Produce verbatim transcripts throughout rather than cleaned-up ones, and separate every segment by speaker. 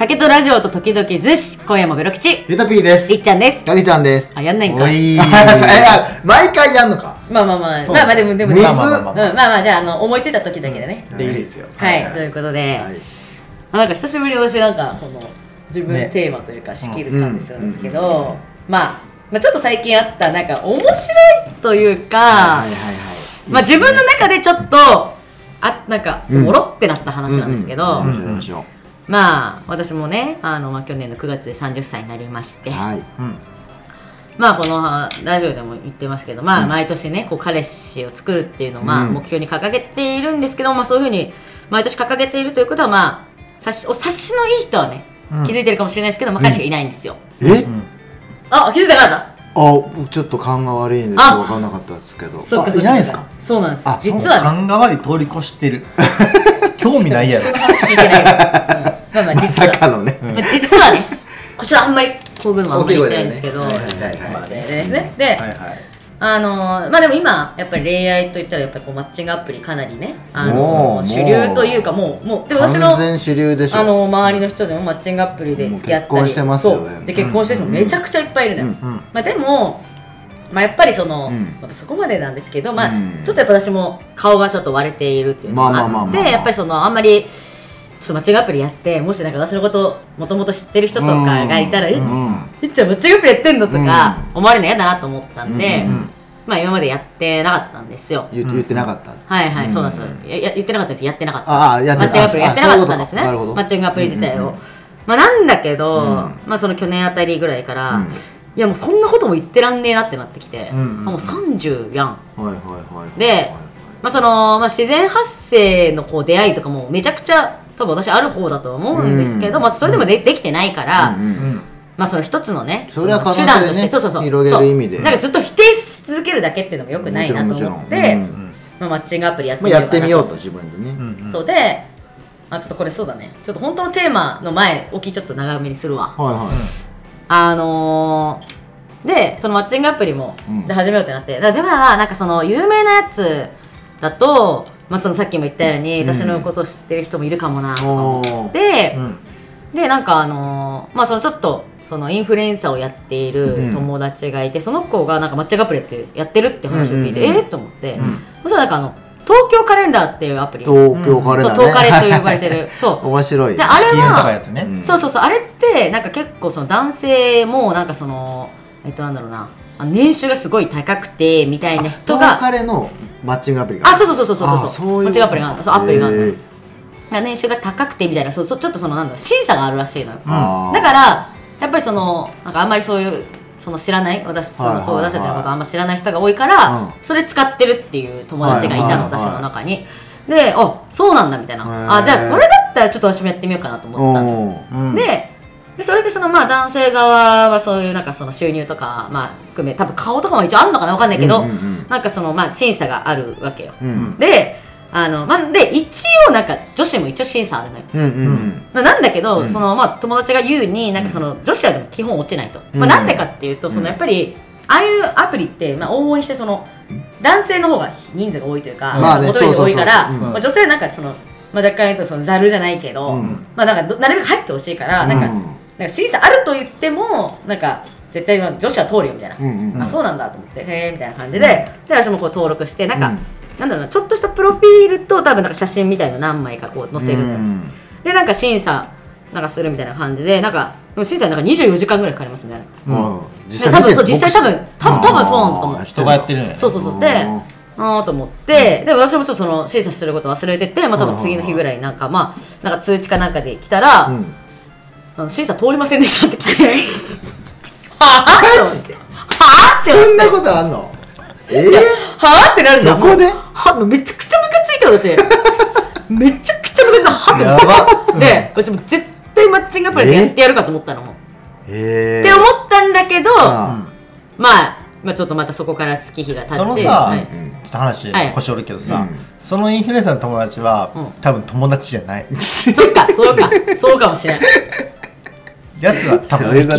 Speaker 1: 酒とラジオと時々寿司。今夜もベロ吉
Speaker 2: ゆたぴーです。
Speaker 1: りっちゃんです。
Speaker 2: たけちゃんです。
Speaker 1: あ、やんないんか。
Speaker 2: おい毎回やんのか。
Speaker 1: まあまあまあまあまあでもでもね、
Speaker 2: むずっ、
Speaker 1: うん、まあまあじゃあ、あの思いついた時だけでね、
Speaker 2: でいいですよ。
Speaker 1: はい、はい、ということで、はい、あ、なんか久しぶりに私なんかこの自分テーマというか仕切る感じするんですけど、ね、うんうん、まあまあちょっと最近あったなんか面白いというか、はいはいはいはい、まあ自分の中でちょっとあなんかおもろってなった話なんですけど、まあ私もね、あのまあ去年のくがつでさんじゅっさいになりまして、はい、うん、まあこのラジオでも言ってますけど、まあ毎年ねこう彼氏を作るっていうのをまあ目標に掲げているんですけど、まあそういうふうに毎年掲げているということは、まあ察しお察しのいい人はね気づいてるかもしれないですけど、まあ彼氏がいないんですよ。
Speaker 2: え？
Speaker 1: あ、気づいてなかった？
Speaker 2: あ、僕ちょっと勘が悪いんで分からなかったですけど。
Speaker 1: そうか、
Speaker 2: いないんですか？
Speaker 1: そうなんです。
Speaker 3: 実はね、勘が悪い通り越してる。興味ないやろ。
Speaker 1: 人の話聞いてないから。うん、まあまあ実は、
Speaker 2: まさかのね、
Speaker 1: まあ、実はね、こちらあんまりこういうのはあんまり言ってないんですけど、実はですね。で、あのまあでも今やっぱり恋愛といったらやっぱりこうマッチングアプリかなりね、あの主流というかもうもうで私の
Speaker 2: 完全主流でしょ。あ
Speaker 1: の周りの人でもマッチングアプリで付き合ったり、
Speaker 2: 結婚してますよね。
Speaker 1: そうで結婚してる人もめちゃくちゃいっぱいいるのよ。まあでも。まあ、やっぱりその、うん、そこまでなんですけど、まあ、うん、ちょっとやっぱ私も顔がちょっと割れているっていうのがあって、やっぱりそのあんまりちょっとマッチングアプリやってもしなんか私のこともともと知ってる人とかがいたら、うん、え、いっちゃんマッチングアプリやってんのとか思われるの嫌だなと思ったんで、うん、まあ今までやってなかったんですよ。
Speaker 2: 言ってなかった。
Speaker 1: はいはい、そうなんですよ。や言ってなかったんです。やってなかった。
Speaker 2: ああ、やって
Speaker 1: マッチングアプリやってなかったんですね。マッチングアプリ自体を。まあなんだけど、まあその去年あたりぐらいから。いやもうそんなことも言ってらんねえなってなってきて、うんうん、もうさんじゅうやん、はいはいはい、で、まあそのまあ、自然発生のこう出会いとかもめちゃくちゃ多分私ある方だと思うんですけど、うん、まあ、それでも で, できてないから、うんうん、まあ、その一つのね、
Speaker 2: それは手段として、そうそうそう、広げる意味で
Speaker 1: なんかずっと否定し続けるだけっていうのもよくないなと思って、うんうん、まあ、マッチングアプリやってみようかなと、
Speaker 2: まあ、やってみようと自分でね、
Speaker 1: うんうん、そうで、まあ、ちょっとこれそうだね、ちょっと本当のテーマの前置きちょっと長めにするわ、はいはい、あのーでそのマッチングアプリも、うん、じゃあ始めようってなって、だでもなんかその有名なやつだと、まあ、そのさっきも言ったように、うん、私のことを知ってる人もいるかもなと思って、うん、でなんかあのー、まあそのちょっとそのインフルエンサーをやっている友達がいて、うん、その子がなんかマッチングアプリってやってるって話を聞いて、うんうんうん、えー、と思って、うん、そしたらなんかあの東京カレンダーっていうアプリ、
Speaker 2: 東京カレンダー、ね、
Speaker 1: そう東カレと呼ばれてるそう
Speaker 2: 面白い
Speaker 1: で、あれは、
Speaker 3: やつね、
Speaker 1: うん、そうそうそう、あれってなんか結構その男性もなんかそのえっとなんだろうな、年収がすごい高くてみたいな人が、
Speaker 2: 東カレのマッチングアプリがある、
Speaker 1: あ、そうそうそうそうそうそう、マッチングアプリがある、そうアプリがあるの、年収が高くてみたいな、そうちょっとそのなんだろう、審査があるらしいのよ、うん、だからやっぱりそのなんかあんまりそういうその知らない私、そのこう私たちのことあんま知らない人が多いから、うん、それ使ってるっていう友達がいたの、私の中に。で、あ、そうなんだみたいな、あ、じゃあそれだったらちょっと私もやってみようかなと思ったの、うん、ででそれでそのまあ男性側はそういうなんかその収入とかまあ含め多分顔とかも一応あるのかな分かんないけど、うんうんうん、なんかそのまあ審査があるわけよ、うん、であのまあで一応なんか女子も一応審査あるのよ、うんうんうんまあ、なんだけど、うん、そのまあ友達が言うになんかその女子はでも基本落ちないと、うんまあ、なんでかっていうとそのやっぱりああいうアプリってまあ往々にしてその男性の方が人数が多いというか、まあね、求める人が多いからまあ女性なんかそのまあ、若干言うとそのザルじゃないけど、うん、まあなんかなるべく入ってほしいから、うん、なんかなんか審査あると言ってもなんか絶対女子は通るよみたいな、うんうん、あ、そうなんだと思ってへえみたいな感じで、うん、で私もこう登録してなんか、うん、なんだろうな、ちょっとしたプロフィールと多分なんか写真みたいなの何枚かこう載せるのよ、うん、でなんか審査なんかするみたいな感じでなんか審査なんかにじゅうよじかんぐらいかかりますみたいな、うん、実際多分そう実際多分多分多分そうなんだと思う、
Speaker 3: 人がやってるね、
Speaker 1: そうそうそうであーと思って、うん、で私もちょっとその審査してること忘れてて、まあ、多分次の日ぐらいなんかまあなんか通知かなんかで来たら、うん、あの審査通りませんでしたって来てはぁマジではぁって
Speaker 2: そんなことあんのえー、
Speaker 1: はぁってなるじゃん。
Speaker 2: どこで
Speaker 1: はめちゃくちゃムカついて私めちゃくちゃムカついてはってやばで、うん、私も絶対マッチングアプリでやってやるかと思ったのも
Speaker 2: えー、
Speaker 1: って思ったんだけど、うん、まあまあ、ちょっとまたそこから月日が経って
Speaker 3: そのさ、はい、ちょっと話腰折るけどさ、はい、そのインフルエンサーの友達は、うん、多分友達じゃない
Speaker 1: そっかそうかそうかもしれん
Speaker 3: やつは多分敵や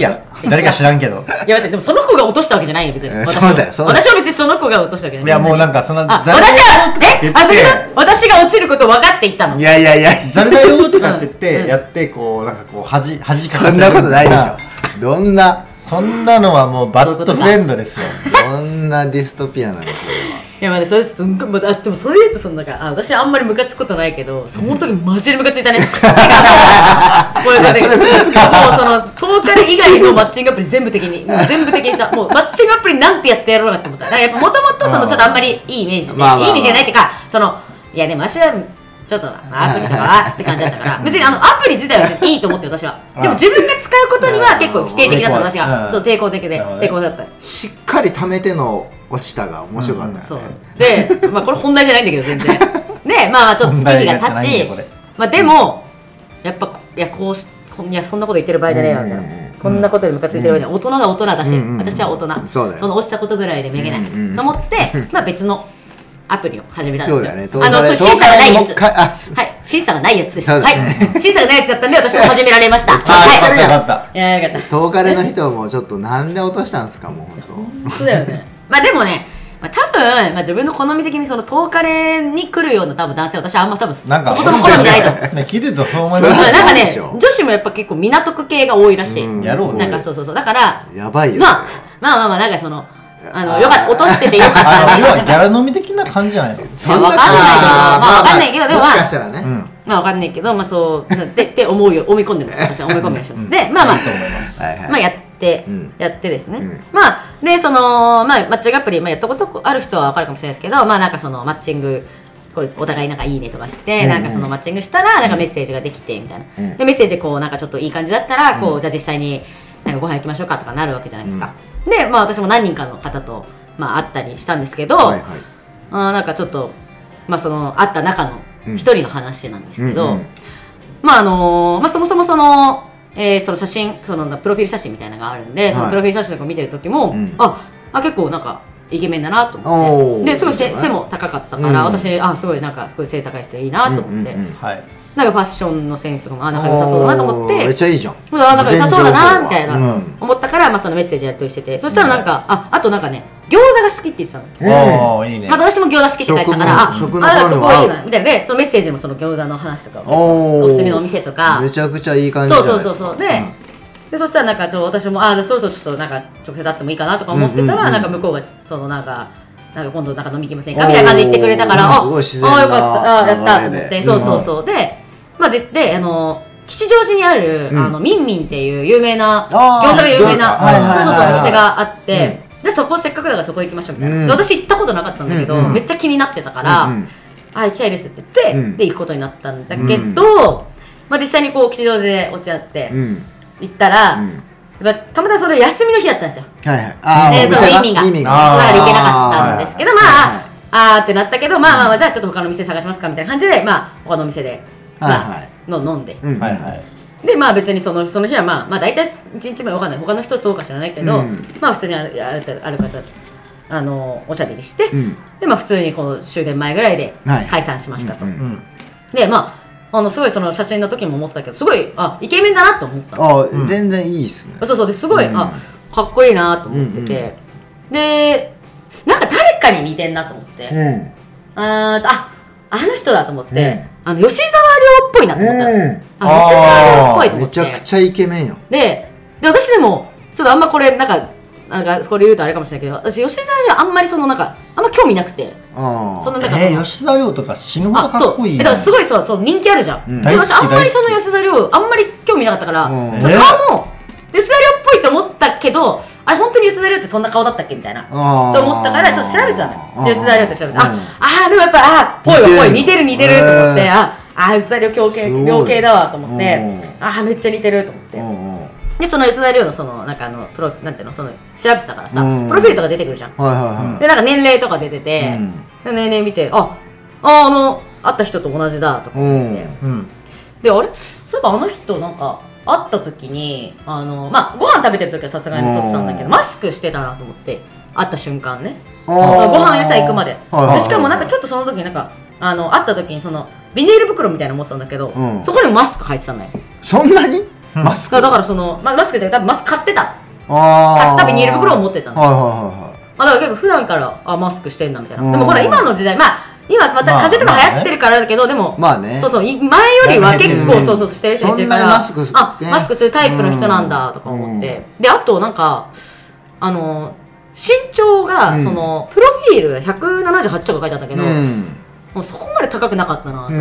Speaker 3: 誰か知らんけど。
Speaker 1: いや待って、でもその子が落としたわけじゃないよ別に、
Speaker 2: えー
Speaker 1: 私
Speaker 2: そうだよそうだよ
Speaker 1: 私は別にその子が落としたわけじゃない。
Speaker 3: いやもうなんかそんな
Speaker 1: あ、
Speaker 3: ザル
Speaker 1: 私は
Speaker 3: だよとかって言って
Speaker 1: えあ、それが私が落ちること分かって言ったの。
Speaker 2: いやいやいや
Speaker 3: ザルだよとかって言っ
Speaker 1: うん
Speaker 3: てやってこうなんかこう恥恥かかせる
Speaker 2: そんなことないでしょ。どんな
Speaker 3: そんなのはもうバッドフレンドですよ。
Speaker 2: どんなディストピアなのそれは。
Speaker 1: いやまあね、それすんごい、まあ、でもそれ言うとそのなんかあ私はあんまりムカつくことないけど、その時マジでムカついたね。口がもうもうなんかねもうそのトーカル以外のマッチングアプリ全部的にもう全部的にしたもうマッチングアプリなんてやってやろうかって思った。だからやっぱもともとそのちょっとあんまりいいイメージで、
Speaker 2: まあまあまあ
Speaker 1: いいイメージじゃないっていうか、そのいやでも私はちょっとアプリとかはって感じだったから別にあのアプリ自体は別にいいと思って私は。でも自分が使うことには結構否定的だった私が、そう抵抗的で抵抗だった。
Speaker 2: しっかり貯めての落ちたが面白かったよね。
Speaker 1: そうで、まあこれ本題じゃないんだけど全然で、まあまあちょっと月日が経ち、まあでもやっぱいやこうしいやそんなこと言ってる場合じゃねえよみたいな、こんなことでムカついてる場合じゃない、大人が大人だし、私は大人、
Speaker 2: そうだよ
Speaker 1: その落ちたことぐらいでめげないと思ってまあ別のアプリを始めたんですよ。
Speaker 2: そうだね。
Speaker 1: あのそう審査がないやつ、
Speaker 2: あ
Speaker 1: はい審査がないやつです。
Speaker 2: そうだ
Speaker 1: はい
Speaker 2: ね
Speaker 1: 審査がないやつだったんで私も始められました。
Speaker 3: あ
Speaker 1: はい
Speaker 3: よかった
Speaker 1: いやよかった。
Speaker 2: トーカレの人もちょっとなんで落としたんですかもう本
Speaker 1: そうだよね。まあでもね、まあ、多分、まあ、自分の好み的にそのトーカレに来るような多分男性は私はあんま多分
Speaker 3: なんか
Speaker 1: そこそこ好みじゃないと思う。
Speaker 3: ね聞いてるとそう思い
Speaker 2: それは
Speaker 3: ます。
Speaker 1: なんかね
Speaker 2: そうでしょ
Speaker 1: 女子もやっぱ結構港区系が多いらしい。
Speaker 2: うん
Speaker 3: やろう
Speaker 1: なんかそうそうそうだから
Speaker 2: 当やばいよ。
Speaker 1: まあまあまあまあなんかそのあのよかった落としててよかった
Speaker 3: あ要はギ
Speaker 1: ね。
Speaker 3: ャラ飲み的な感じじゃないの。
Speaker 2: そんな
Speaker 1: わかんないけどまあわかんないけどでも
Speaker 2: もし
Speaker 1: まあ
Speaker 2: かしたらね。
Speaker 3: うん
Speaker 1: まあわかんないけどまあそうでって思うよ思い込んでます私は思い込んでらっしゃいます。でまあまあ
Speaker 3: いいと思います。
Speaker 2: はいはい。
Speaker 1: まあやって、
Speaker 2: うん
Speaker 1: やってですね、
Speaker 2: うん
Speaker 1: まあでそのまあマッチングアプリ、まあ、やったことある人は分かるかもしれないですけどまあなんかそのマッチングこうお互いなんかいいねとかして、
Speaker 2: うん
Speaker 1: なんかそのマッチングしたらなんかメッセージができてみたいな、
Speaker 2: うん
Speaker 1: でメッセージこうなんかちょっといい感じだったらこう、じゃあ実際になんかご飯行きましょうかとかなるわけじゃないですか、でまあ私も何人かの方とまあ会ったりしたんですけど、
Speaker 2: はいはい。
Speaker 1: あーなんかちょっとまあその会った中の一人の話なんですけど、
Speaker 2: うんうんうん
Speaker 1: まああのーまあそもそもその、えー、その写真そのプロフィール写真みたいなのがあるんで、そのプロフィール写真とか見てる時も、
Speaker 2: うん
Speaker 1: ああ結構なんかイケメンだなと思
Speaker 2: おー
Speaker 1: って、ですごい背
Speaker 2: いいじゃない
Speaker 1: 背も高かったから、
Speaker 2: うん
Speaker 1: 私あすごいなんかすごい背高い人いいなと思って、
Speaker 2: うんうんうん
Speaker 3: はい。
Speaker 1: なんかファッションのセンスとかもあなんか良さそうだなと思っ
Speaker 2: おーめってちゃいいじゃん。
Speaker 1: あなんか良さそうだなみたいな、
Speaker 2: うん
Speaker 1: 思ったからまあそのメッセージやり取りしてて、そしたらなんか、ああとなんかね餃子が好きって言ってたの。
Speaker 3: おおいいね。
Speaker 1: まあ、私も餃子好きって書いてたから、あ、
Speaker 2: 食の
Speaker 1: あだからそこはいい
Speaker 2: 食の
Speaker 1: なみたいなで、そのメッセージもその餃子の話とか
Speaker 2: おー
Speaker 1: おすすめのお店とか、
Speaker 2: めちゃくちゃいい感じじゃ
Speaker 1: そう
Speaker 2: ないですか。
Speaker 1: そうそうそうで、でそしたらなんかちょ私もあそろそろちょっとなんか直接会ってもいいかなとか思ってたら、
Speaker 2: うんうんうん
Speaker 1: なんか向こうがそのなんかなんか今度なんか飲み行きませんかみたいな感じで言ってくれたから、あ
Speaker 2: おーすごい自然な
Speaker 1: あよかったあやったと思って、
Speaker 2: 流れで
Speaker 1: そうそうそうで、まあ実であの吉祥寺にある、
Speaker 2: うん
Speaker 1: あのミンミンっていう有名な
Speaker 2: あー
Speaker 1: 餃子が有名な、
Speaker 2: はいはいはいはい
Speaker 1: そうそうそうお店があって、でそこせっかくだからそこ行きましょうみたいな、
Speaker 2: うん
Speaker 1: で私行ったことなかったんだけど、
Speaker 2: うんうん
Speaker 1: めっちゃ気になってたから、
Speaker 2: うんうん
Speaker 1: あ行きたいですって言って、
Speaker 2: うん
Speaker 1: で行くことになったんだけど、まあ実際にこう吉祥寺で落ち合って、
Speaker 2: うん
Speaker 1: 行ったら、
Speaker 2: うん
Speaker 1: やっぱたまたまそれ休みの日だったんですよ。
Speaker 2: はいはい。あ
Speaker 1: で、その
Speaker 2: お店
Speaker 1: 意味が、
Speaker 2: 意味
Speaker 1: だから行けなかったんですけど、まあ、
Speaker 2: はいはい
Speaker 1: あーってなったけど、まあまあまあ、じゃあちょっと他の店探しますかみたいな感じで、まあ他の店で、まあ、
Speaker 2: はいはい
Speaker 1: の飲んで、
Speaker 2: うん
Speaker 3: はいはい。
Speaker 1: でまあ別にそのその日はまあまあ大体いちにちめわかんない他の人どうか知らないけど、
Speaker 2: うん
Speaker 1: まあ普通にあるあるある方あのおしゃべりして、
Speaker 2: うん
Speaker 1: でまあ普通にこの終電前ぐらいで
Speaker 2: はい
Speaker 1: 解散しましたと。
Speaker 2: うんうん
Speaker 3: うん。
Speaker 1: でまああのすごいその写真の時も思ってたけどすごいあイケメンだなと思ったの。
Speaker 2: あ全然いいっすね。
Speaker 1: そうそうですごい、
Speaker 2: うん
Speaker 1: あかっこいいなと思ってて、でなんか誰かに似てんなと思って、
Speaker 2: うん
Speaker 1: あーああの人だと思って、
Speaker 2: うん
Speaker 1: あの吉沢亮っぽいなと思ったの、
Speaker 2: うん
Speaker 1: あ吉沢亮っぽいと思
Speaker 2: め
Speaker 1: って
Speaker 2: ちゃくちゃイケメンよ。
Speaker 1: でで私でもちょっとあんまこれなんかなんかこれ言うとあれかもしれないけど私吉沢亮あんまりそのなんかあんま興味なくて
Speaker 2: あ
Speaker 1: そんななんか
Speaker 3: えー、吉沢亮とか死ぬほど
Speaker 1: あそう
Speaker 3: かっこいい
Speaker 1: だからすごいそうそう人気あるじゃん、
Speaker 2: うん
Speaker 1: で私
Speaker 3: 大好き
Speaker 1: あんまりその吉沢亮あんまり興味なかったから、
Speaker 2: うん
Speaker 1: その顔も吉沢亮っぽいと思ったけどあれ本当に吉沢亮ってそんな顔だったっけみたいな
Speaker 2: あー
Speaker 1: と思ったからちょっと調べてたのよ
Speaker 2: あー
Speaker 1: で吉沢亮って調べて、
Speaker 2: うん
Speaker 1: ああーでもやっぱあぽいわぽい似てる似てると思って、
Speaker 2: へー
Speaker 1: ああ吉沢亮強系
Speaker 2: すごい
Speaker 1: 亮系だわと思って
Speaker 2: うん
Speaker 1: ああめっちゃ似てると思って
Speaker 2: うんうん
Speaker 1: でその吉沢亮のそのなんかあのプロなんていうのその調べてたからさ
Speaker 2: うん
Speaker 1: プロフィールとか出てくるじゃん
Speaker 2: はいはいはい。
Speaker 1: でなんか年齢とか出てて、
Speaker 2: うん
Speaker 1: で年齢見てあああの会った人と同じだとか思って、
Speaker 3: うん。
Speaker 1: であれそういえばあの人なんか会った時にあのまあご飯食べてる時はさすがに撮ってたんだけど
Speaker 2: うん
Speaker 1: マスクしてたなと思って会った瞬間ね
Speaker 2: あ
Speaker 1: ご
Speaker 2: ー
Speaker 1: 飯屋さん行くまで、
Speaker 2: はいはいはい
Speaker 1: でしかもなんかちょっとその時になんかあの会った時にそのビニール袋みたいなの持ってたんだけど、
Speaker 2: うん
Speaker 1: そこにもマスク入ってたのよ
Speaker 2: そんなにマスク
Speaker 1: だからその、まあ、マスクで多分マスク買ってた
Speaker 2: あ
Speaker 1: たビニール袋を持ってたの。
Speaker 2: はいはいはいはい。
Speaker 1: あだから結構普段からあマスクしてんなみたいな。でもほら今の時代まあ今また風邪とか流行ってるからだけど、でも
Speaker 2: まあね、
Speaker 1: そうそう前よりは結構そうそうしてる人いてるから、あマスクするタイプの人なんだとか思って、であとなんかあの身長がそのプロフィールひゃくななじゅうはちとか書いてあったけど、もうそこまで高くなかったなと思って、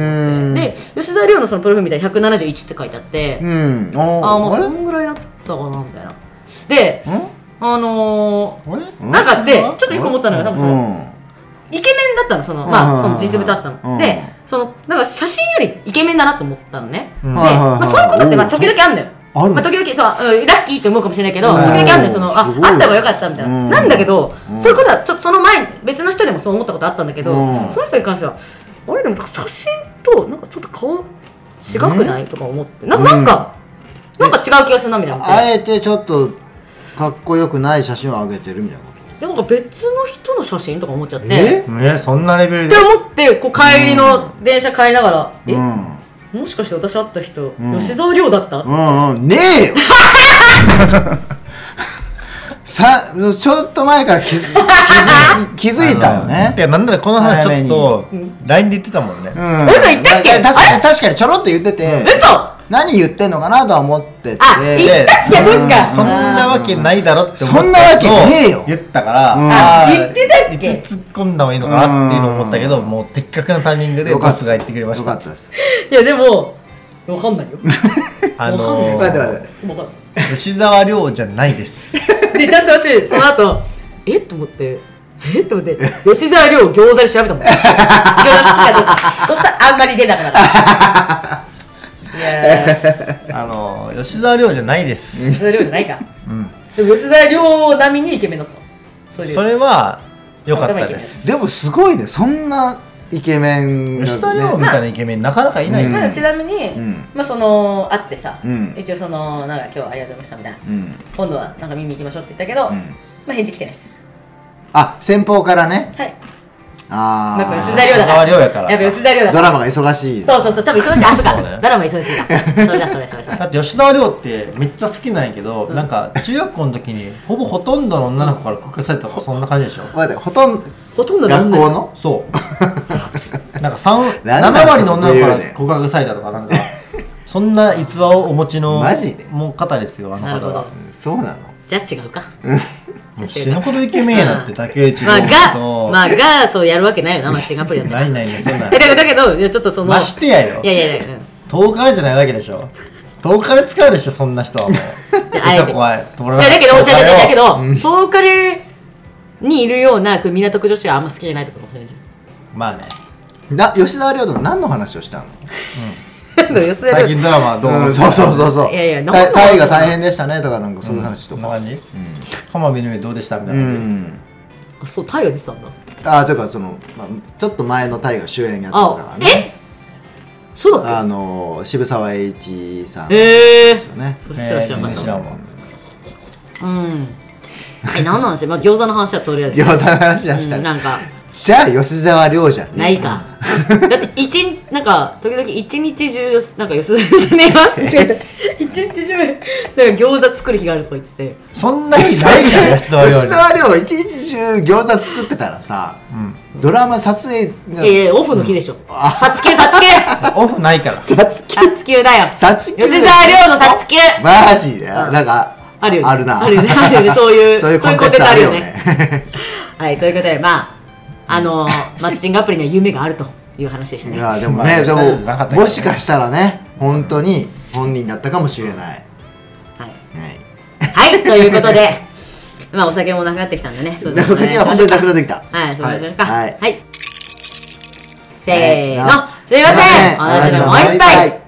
Speaker 1: で吉沢亮のそのプロフィールみたいにひゃくななじゅういちって書いてあって、ああまあそんぐらいだったかなみたいな。であのなんかでちょっと一個思ったのが多分そのイケメンだったの、そのまあその実物だったので、そのなんか写真よりイケメンだなと思ったのね。でまあそういうことってまあ時々あんだよ。まあ時々そうラッキーって思うかもしれないけど、時々あんだよ、そのああった方がよかったみたいな。なんだけどそういうことはちょっとその前別の人でもそう思ったことあったんだけど、その人に関してはあれでも写真となんかちょっと顔違くないとか思って、なんかなんかなんか違う気がするなみたいな。
Speaker 2: あえてちょっとかっこよくない写真を上げてるみたいなこと。
Speaker 1: でも別の人の写真とか思っちゃって、
Speaker 3: ええそんなレベルで
Speaker 1: って思ってこう帰りの電車帰りながら、えもしかして私会った人吉沢亮だった？
Speaker 2: うんうんねえよさちょっと前から気づ気づいたよね。
Speaker 3: いやなんならこの話ちょっと ライン で言ってたもんね。
Speaker 1: 嘘言ったっけ？
Speaker 2: 確かに確かにちょろっと言ってて、
Speaker 1: 嘘
Speaker 2: 何言ってんのかなとは思ってて、
Speaker 1: あ言ったっしゃ、そっか、
Speaker 3: そんなわけないだろって思って
Speaker 2: そんなわけねえよ
Speaker 3: 言ったから、
Speaker 1: あ言ってたっけ？
Speaker 3: いつ突っ込んだ方がいいのかなっていうのを思ったけど、もう的確なタイミングでボスが言ってくれました。
Speaker 2: よかったです。
Speaker 1: いやでもわかんないよ。
Speaker 3: あのー、
Speaker 2: 待って待って
Speaker 3: 吉沢亮じゃないです
Speaker 1: でちゃんと私その後えっと思ってえっと思って吉沢亮餃子で調べたもん。餃子好きかどうか。そしたらあんまり出なかった。いや
Speaker 3: あのー、吉沢亮じゃないです。
Speaker 1: 吉沢亮じゃないか、うん、でも吉沢亮並みにイケメンだった。それ、
Speaker 3: それは良かったです。
Speaker 2: でもすごいね、そんなイケメンが、ね、
Speaker 3: 吉沢亮みたいなイケメン、まあ、なかなかいないよ、
Speaker 1: うんまあ、ちなみに、うん、まあその会ってさ、
Speaker 2: うん、
Speaker 1: 一応そのなんか今日はありがとうございましたみたいな、
Speaker 2: うん、
Speaker 1: 今度はなんか見に行きましょうって言ったけど、うん、まあ返事来てないです。
Speaker 2: あ、先方からね。
Speaker 1: はい。
Speaker 2: ああ。
Speaker 1: やっぱ吉沢亮だから。やっぱ吉沢亮だから。
Speaker 2: ドラマが忙しい。
Speaker 1: そうそうそう、多分忙しい。あ、そうか。ドラマ忙しいだ。それだそれそれそれ。
Speaker 3: だって吉沢亮ってめっちゃ好きなんやけど、うん、なんか中学校の時にほぼほとんどの女の子から告白されたとかそんな感じでしょ。
Speaker 2: 待って、ほとんど
Speaker 1: ほとんど
Speaker 2: 学校の？
Speaker 3: そうなんか三なな割の女の子から告白されたとかなんかそんな逸話をお持ちの
Speaker 2: マジで
Speaker 3: もう方ですよ、あの方は。
Speaker 2: そうなの？
Speaker 1: じゃあ違うか。
Speaker 3: もう死ぬほどイケメンやなって竹内
Speaker 1: まあがまあがそうやるわけないよな、マッチングアプリだったら。
Speaker 3: ないないない、そんな。
Speaker 1: だけどだけどいやちょっとその
Speaker 3: ましてやよ。
Speaker 1: いやいやいや。
Speaker 3: 遠かれじゃないわけでしょ。遠かれ使うでしょ、そんな人はもう。
Speaker 1: あえて。いやだけどおっしゃってたけど、遠かれにいるような港区女子はあんま好きじゃないとかもしれないじ
Speaker 3: ゃん。まあね。
Speaker 2: な吉沢亮と何の話をしたの？
Speaker 3: 最近ドラマどう、
Speaker 2: うん、そうそうそうそう。
Speaker 1: いやいや、
Speaker 2: タイが大変でしたねとかなんかそういう話とか。
Speaker 3: そんな感じ？浜辺美波どうでしたみたいな感じ。
Speaker 1: あ、そう、タイが出てたんだ。
Speaker 2: あ、というかそのちょっと前のタイが主演やってたから
Speaker 1: ね。え？そうだっけ？
Speaker 2: あの渋沢栄一さん
Speaker 1: ですよね。それすら知らなかった。うん。え、何の話？まあ餃子の話はとりあえず。
Speaker 2: 餃子の話はした。
Speaker 1: なんか。
Speaker 2: じゃあ吉沢亮じゃん。
Speaker 1: ないか。だって一日なんか時々一日中なんか吉沢亮じゃねえわ。違う。一日中なんか餃子作る日があるとか言ってて。
Speaker 3: そんな日ないから吉沢亮。
Speaker 2: 吉沢亮一日中餃子作ってたらさ、ドラマ撮影
Speaker 1: がいやいやオフの日でしょ。撮休撮休。
Speaker 3: オフないから。
Speaker 2: 撮休。
Speaker 1: 撮休だよ。
Speaker 2: 撮休。
Speaker 1: 吉沢亮の撮休。
Speaker 2: マジでなんか
Speaker 1: あるよね。
Speaker 2: あるな。
Speaker 1: あるよね。あるよね。そういう
Speaker 2: そういうコンテンツあるよね。
Speaker 1: はい、ということでまあ。あのマッチングアプリには夢があるという話でしたね。
Speaker 2: いやでもね、でももしかしたらね、本当に本人だったかもしれない。はい。
Speaker 1: はい、はい、ということで、まあお酒もなくなってきたんでね。そうですね。
Speaker 2: お酒は本当になくなってきた。
Speaker 1: はい、そうですか。
Speaker 2: はい。
Speaker 1: はい。せーの、すいません。私ももう一杯。